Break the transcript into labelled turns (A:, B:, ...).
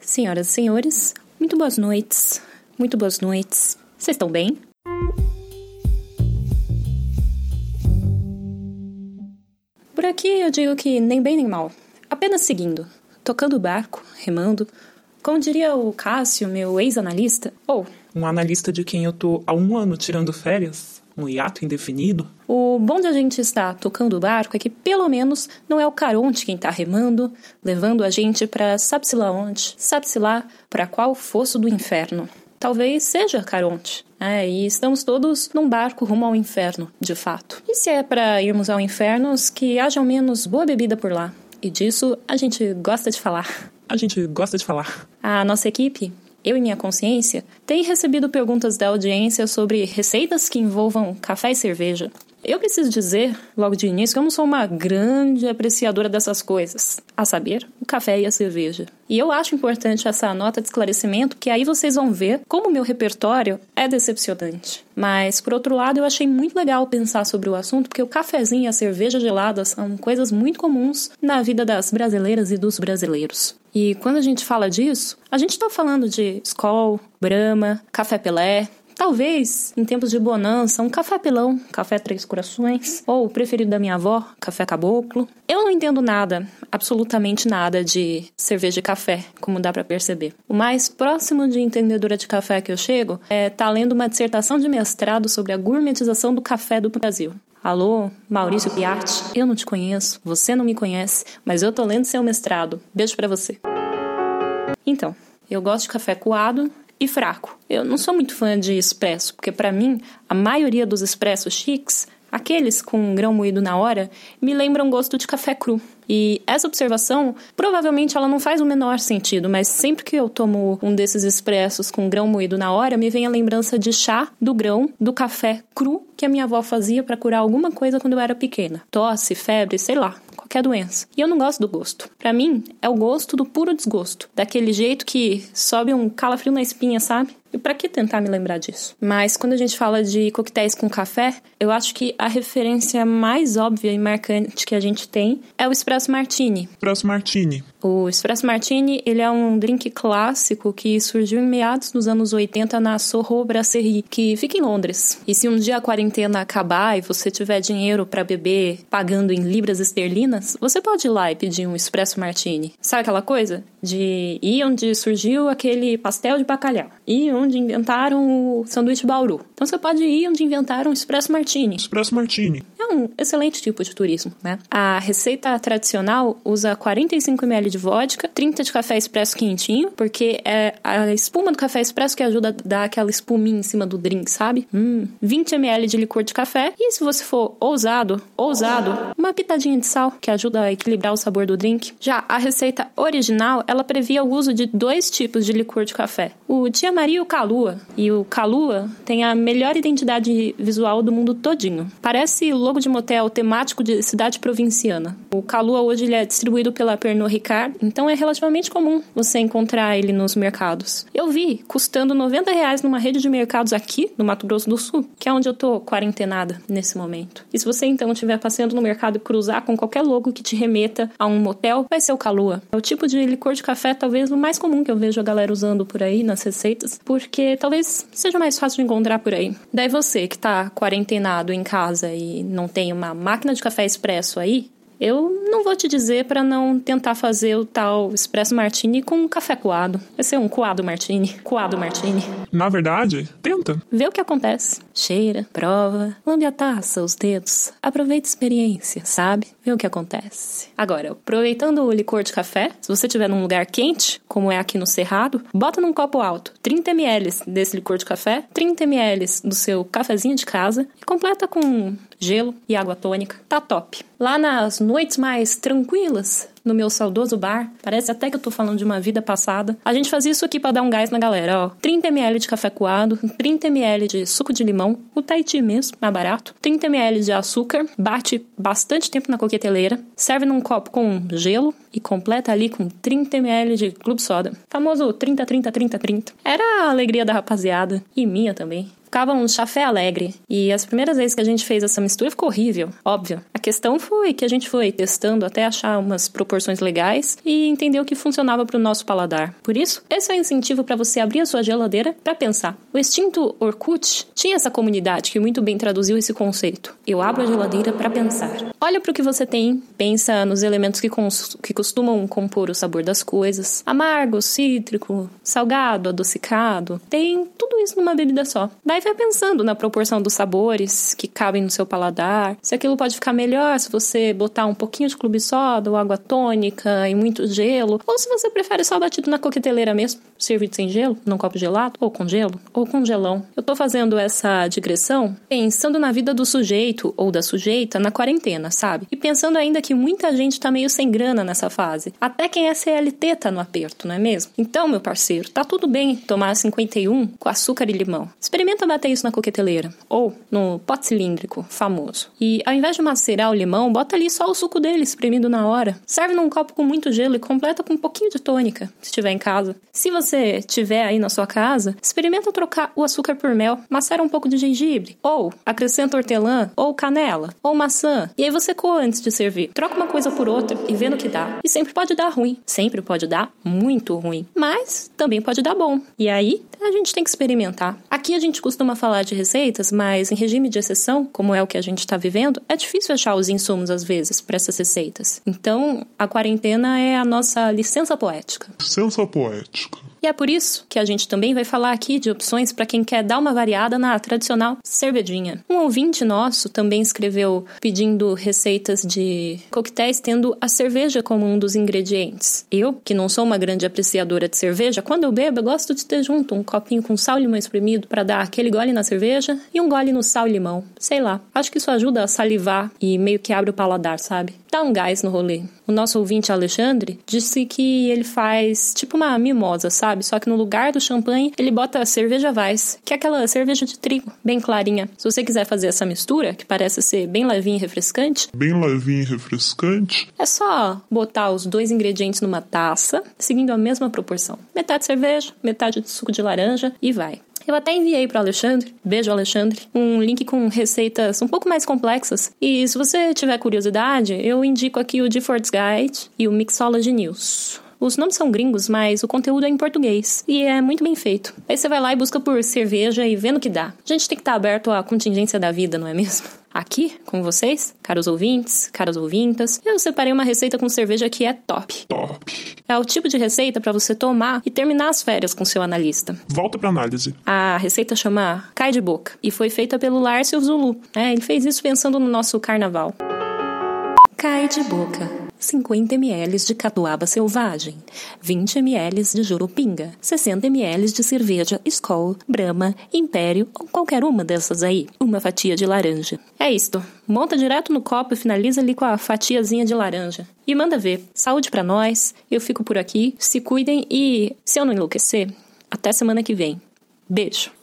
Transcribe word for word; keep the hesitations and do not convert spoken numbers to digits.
A: Senhoras e senhores, muito boas noites, muito boas noites. Vocês estão bem? Por aqui eu digo que nem bem nem mal, apenas seguindo, tocando o barco, remando. Como diria o Cássio, meu ex-analista, ou...
B: Um analista de quem eu tô há um ano tirando férias, um hiato indefinido.
A: O bom de a gente estar tocando o barco é que pelo menos não é o Caronte quem tá remando, levando a gente pra sabe-se lá onde, sabe-se lá pra qual fosso do inferno. Talvez seja Caronte. É, e estamos todos num barco rumo ao inferno, de fato. E se é pra irmos ao inferno, que haja ao menos boa bebida por lá. E disso a gente gosta de falar.
B: A gente gosta de falar.
A: A nossa equipe, eu e minha consciência, tem recebido perguntas da audiência sobre receitas que envolvam café e cerveja. Eu preciso dizer, logo de início, que eu não sou uma grande apreciadora dessas coisas, a saber, o café e a cerveja. E eu acho importante essa nota de esclarecimento, que aí vocês vão ver como o meu repertório é decepcionante. Mas, por outro lado, eu achei muito legal pensar sobre o assunto, porque o cafezinho e a cerveja gelada são coisas muito comuns na vida das brasileiras e dos brasileiros. E quando a gente fala disso, a gente está falando de Skol, Brahma, Café Pelé... Talvez, em tempos de bonança, um café pelão, café Três Corações, ou o preferido da minha avó, café caboclo. Eu não entendo nada, absolutamente nada de cerveja e café, como dá pra perceber. O mais próximo de entendedora de café que eu chego é tá lendo uma dissertação de mestrado sobre a gourmetização do café do Brasil. Alô, Maurício Piatti, eu não te conheço, você não me conhece, mas eu tô lendo seu mestrado. Beijo pra você. Então, eu gosto de café coado e fraco. Eu não sou muito fã de expresso, porque para mim, a maioria dos expressos chiques, aqueles com grão moído na hora, me lembram gosto de café cru. E essa observação, provavelmente ela não faz o menor sentido, mas sempre que eu tomo um desses expressos com grão moído na hora, me vem a lembrança de chá do grão do café cru que a minha avó fazia para curar alguma coisa quando eu era pequena. Tosse, febre, sei lá, qualquer doença. E eu não gosto do gosto. Pra mim, é o gosto do puro desgosto. Daquele jeito que sobe um calafrio na espinha, sabe? E pra que tentar me lembrar disso? Mas quando a gente fala de coquetéis com café, eu acho que a referência mais óbvia e marcante que a gente tem é o Espresso Martini.
B: Espresso Martini.
A: O Espresso Martini, ele é um drink clássico que surgiu em meados dos anos oitenta na Soho Brasserie, que fica em Londres. E se um dia a quarentena acabar e você tiver dinheiro pra beber pagando em libras esterlinas, você pode ir lá e pedir um Espresso Martini. Sabe aquela coisa? De ir onde surgiu aquele pastel de bacalhau. E onde inventaram o sanduíche Bauru. Então você pode ir onde inventaram o Espresso Martini.
B: Espresso Martini.
A: É um excelente tipo de turismo, né? A receita tradicional usa quarenta e cinco mililitros de vodka, trinta de café expresso quentinho, porque é a espuma do café expresso que ajuda a dar aquela espuminha em cima do drink, sabe? Hum. vinte mililitros de licor de café e, se você for ousado, ousado, uma pitadinha de sal, que ajuda a equilibrar o sabor do drink. Já a receita original, ela previa o uso de dois tipos de licor de café. O Tia Maria e o Kahlua. E o Kahlua tem a melhor identidade visual do mundo todinho. Parece logo de motel temático de cidade provinciana. O Kahlua hoje ele é distribuído pela Pernod Ricard, então é relativamente comum você encontrar ele nos mercados. Eu vi custando noventa reais numa rede de mercados aqui, no Mato Grosso do Sul, que é onde eu tô quarentenada nesse momento. E se você então estiver passeando no mercado e cruzar com qualquer logo que te remeta a um motel, vai ser o Kahlua. É o tipo de licor de café talvez o mais comum que eu vejo a galera usando por aí nas receitas, porque talvez seja mais fácil de encontrar por aí. Daí você que tá quarentenado em casa e não tem uma máquina de café expresso aí, eu não vou te dizer para não tentar fazer o tal Espresso Martini com café coado. Vai ser um coado Martini. Coado Martini.
B: Na verdade, tenta.
A: Vê o que acontece. Cheira, prova, lambe a taça, os dedos. Aproveita a experiência, sabe? Vê o que acontece. Agora, aproveitando o licor de café, se você estiver num lugar quente, como é aqui no Cerrado, bota num copo alto trinta mililitros desse licor de café, trinta mililitros do seu cafezinho de casa e completa com gelo e água tônica. Tá top. Lá nas noites mais tranquilas, no meu saudoso bar, parece até que eu tô falando de uma vida passada, a gente fazia isso aqui pra dar um gás na galera, ó. trinta mililitros de café coado, trinta mililitros de suco de limão, o Tahiti mesmo, mais barato, trinta mililitros de açúcar, bate bastante tempo na coqueteleira, serve num copo com gelo e completa ali com trinta mililitros de clube soda. Famoso trinta, trinta, trinta, trinta. Era a alegria da rapaziada, e minha também. ficava um chafé alegre. E as primeiras vezes que a gente fez essa mistura ficou horrível, óbvio. A questão foi que a gente foi testando até achar umas proporções legais e entender o que funcionava para o nosso paladar. Por isso, esse é o incentivo para você abrir a sua geladeira para pensar. O extinto Orkut tinha essa comunidade que muito bem traduziu esse conceito. Eu abro a geladeira para pensar. Olha para o que você tem, pensa nos elementos que, cons- que costumam compor o sabor das coisas. Amargo, cítrico, salgado, adocicado. Tem tudo isso numa bebida só. Daí vai pensando na proporção dos sabores que cabem no seu paladar. Se aquilo pode ficar melhor se você botar um pouquinho de clube soda ou água tônica e muito gelo. Ou se você prefere só batido na coqueteleira mesmo, servido sem gelo, num copo gelado, ou com gelo, ou com gelão. Eu tô fazendo essa digressão pensando na vida do sujeito ou da sujeita na quarentena, sabe? E pensando ainda que muita gente tá meio sem grana nessa fase. Até quem é C L T tá no aperto, não é mesmo? Então, meu parceiro, tá tudo bem tomar cinquenta e um com açúcar e limão. Experimenta bater isso na coqueteleira, ou no pote cilíndrico, famoso. E ao invés de macerar o limão, bota ali só o suco dele espremido na hora. Serve num copo com muito gelo e completa com um pouquinho de tônica, se tiver em casa. Se você tiver aí na sua casa, experimenta trocar o açúcar por mel, macera um pouco de gengibre, ou acrescenta hortelã, ou canela, ou maçã, e aí você coa antes de servir. Troca uma coisa por outra e vê no que dá. E sempre pode dar ruim, sempre pode dar muito ruim, mas também pode dar bom. E aí, a gente tem que experimentar. Aqui a gente costuma falar de receitas, mas em regime de exceção, como é o que a gente está vivendo, é difícil achar os insumos às vezes para essas receitas. Então, a quarentena é a nossa licença poética.
C: Licença poética.
A: E é por isso que a gente também vai falar aqui de opções para quem quer dar uma variada na tradicional cervejinha. Um ouvinte nosso também escreveu pedindo receitas de coquetéis tendo a cerveja como um dos ingredientes. Eu, que não sou uma grande apreciadora de cerveja, quando eu bebo eu gosto de ter junto um copinho com sal e limão espremido para dar aquele gole na cerveja e um gole no sal e limão. Sei lá, acho que isso ajuda a salivar e meio que abre o paladar, sabe? Dá um gás no rolê. O nosso ouvinte Alexandre disse que ele faz tipo uma mimosa, sabe? Só que no lugar do champanhe ele bota cerveja Weiss, que é aquela cerveja de trigo, bem clarinha. Se você quiser fazer essa mistura, que parece ser bem levinha e refrescante,
C: Bem levinho e refrescante.
A: é só botar os dois ingredientes numa taça, seguindo a mesma proporção. Metade cerveja, metade de suco de laranja e vai. Eu até enviei para o Alexandre, beijo Alexandre, um link com receitas um pouco mais complexas. E se você tiver curiosidade, eu indico aqui o Gifford's Guide e o Mixology News. Os nomes são gringos, mas o conteúdo é em português. E é muito bem feito. Aí você vai lá e busca por cerveja e vê no que dá. A gente tem que estar aberto à contingência da vida, não é mesmo? Aqui, com vocês, caros ouvintes, caras ouvintas, eu separei uma receita com cerveja que é top.
C: Top.
A: É o tipo de receita para você tomar e terminar as férias com seu analista.
C: Volta pra análise.
A: A receita chama Cai de Boca e foi feita pelo Lárcio Zulu. É, ele fez isso pensando no nosso carnaval. Cai de boca. cinquenta mililitros de catuaba selvagem, vinte mililitros de jurupinga, sessenta mililitros de cerveja Skol, Brahma, Império ou qualquer uma dessas aí, uma fatia de laranja. É isto. Monta direto no copo e finaliza ali com a fatiazinha de laranja. E manda ver. Saúde pra nós. Eu fico por aqui. Se cuidem e, se eu não enlouquecer, até semana que vem. Beijo.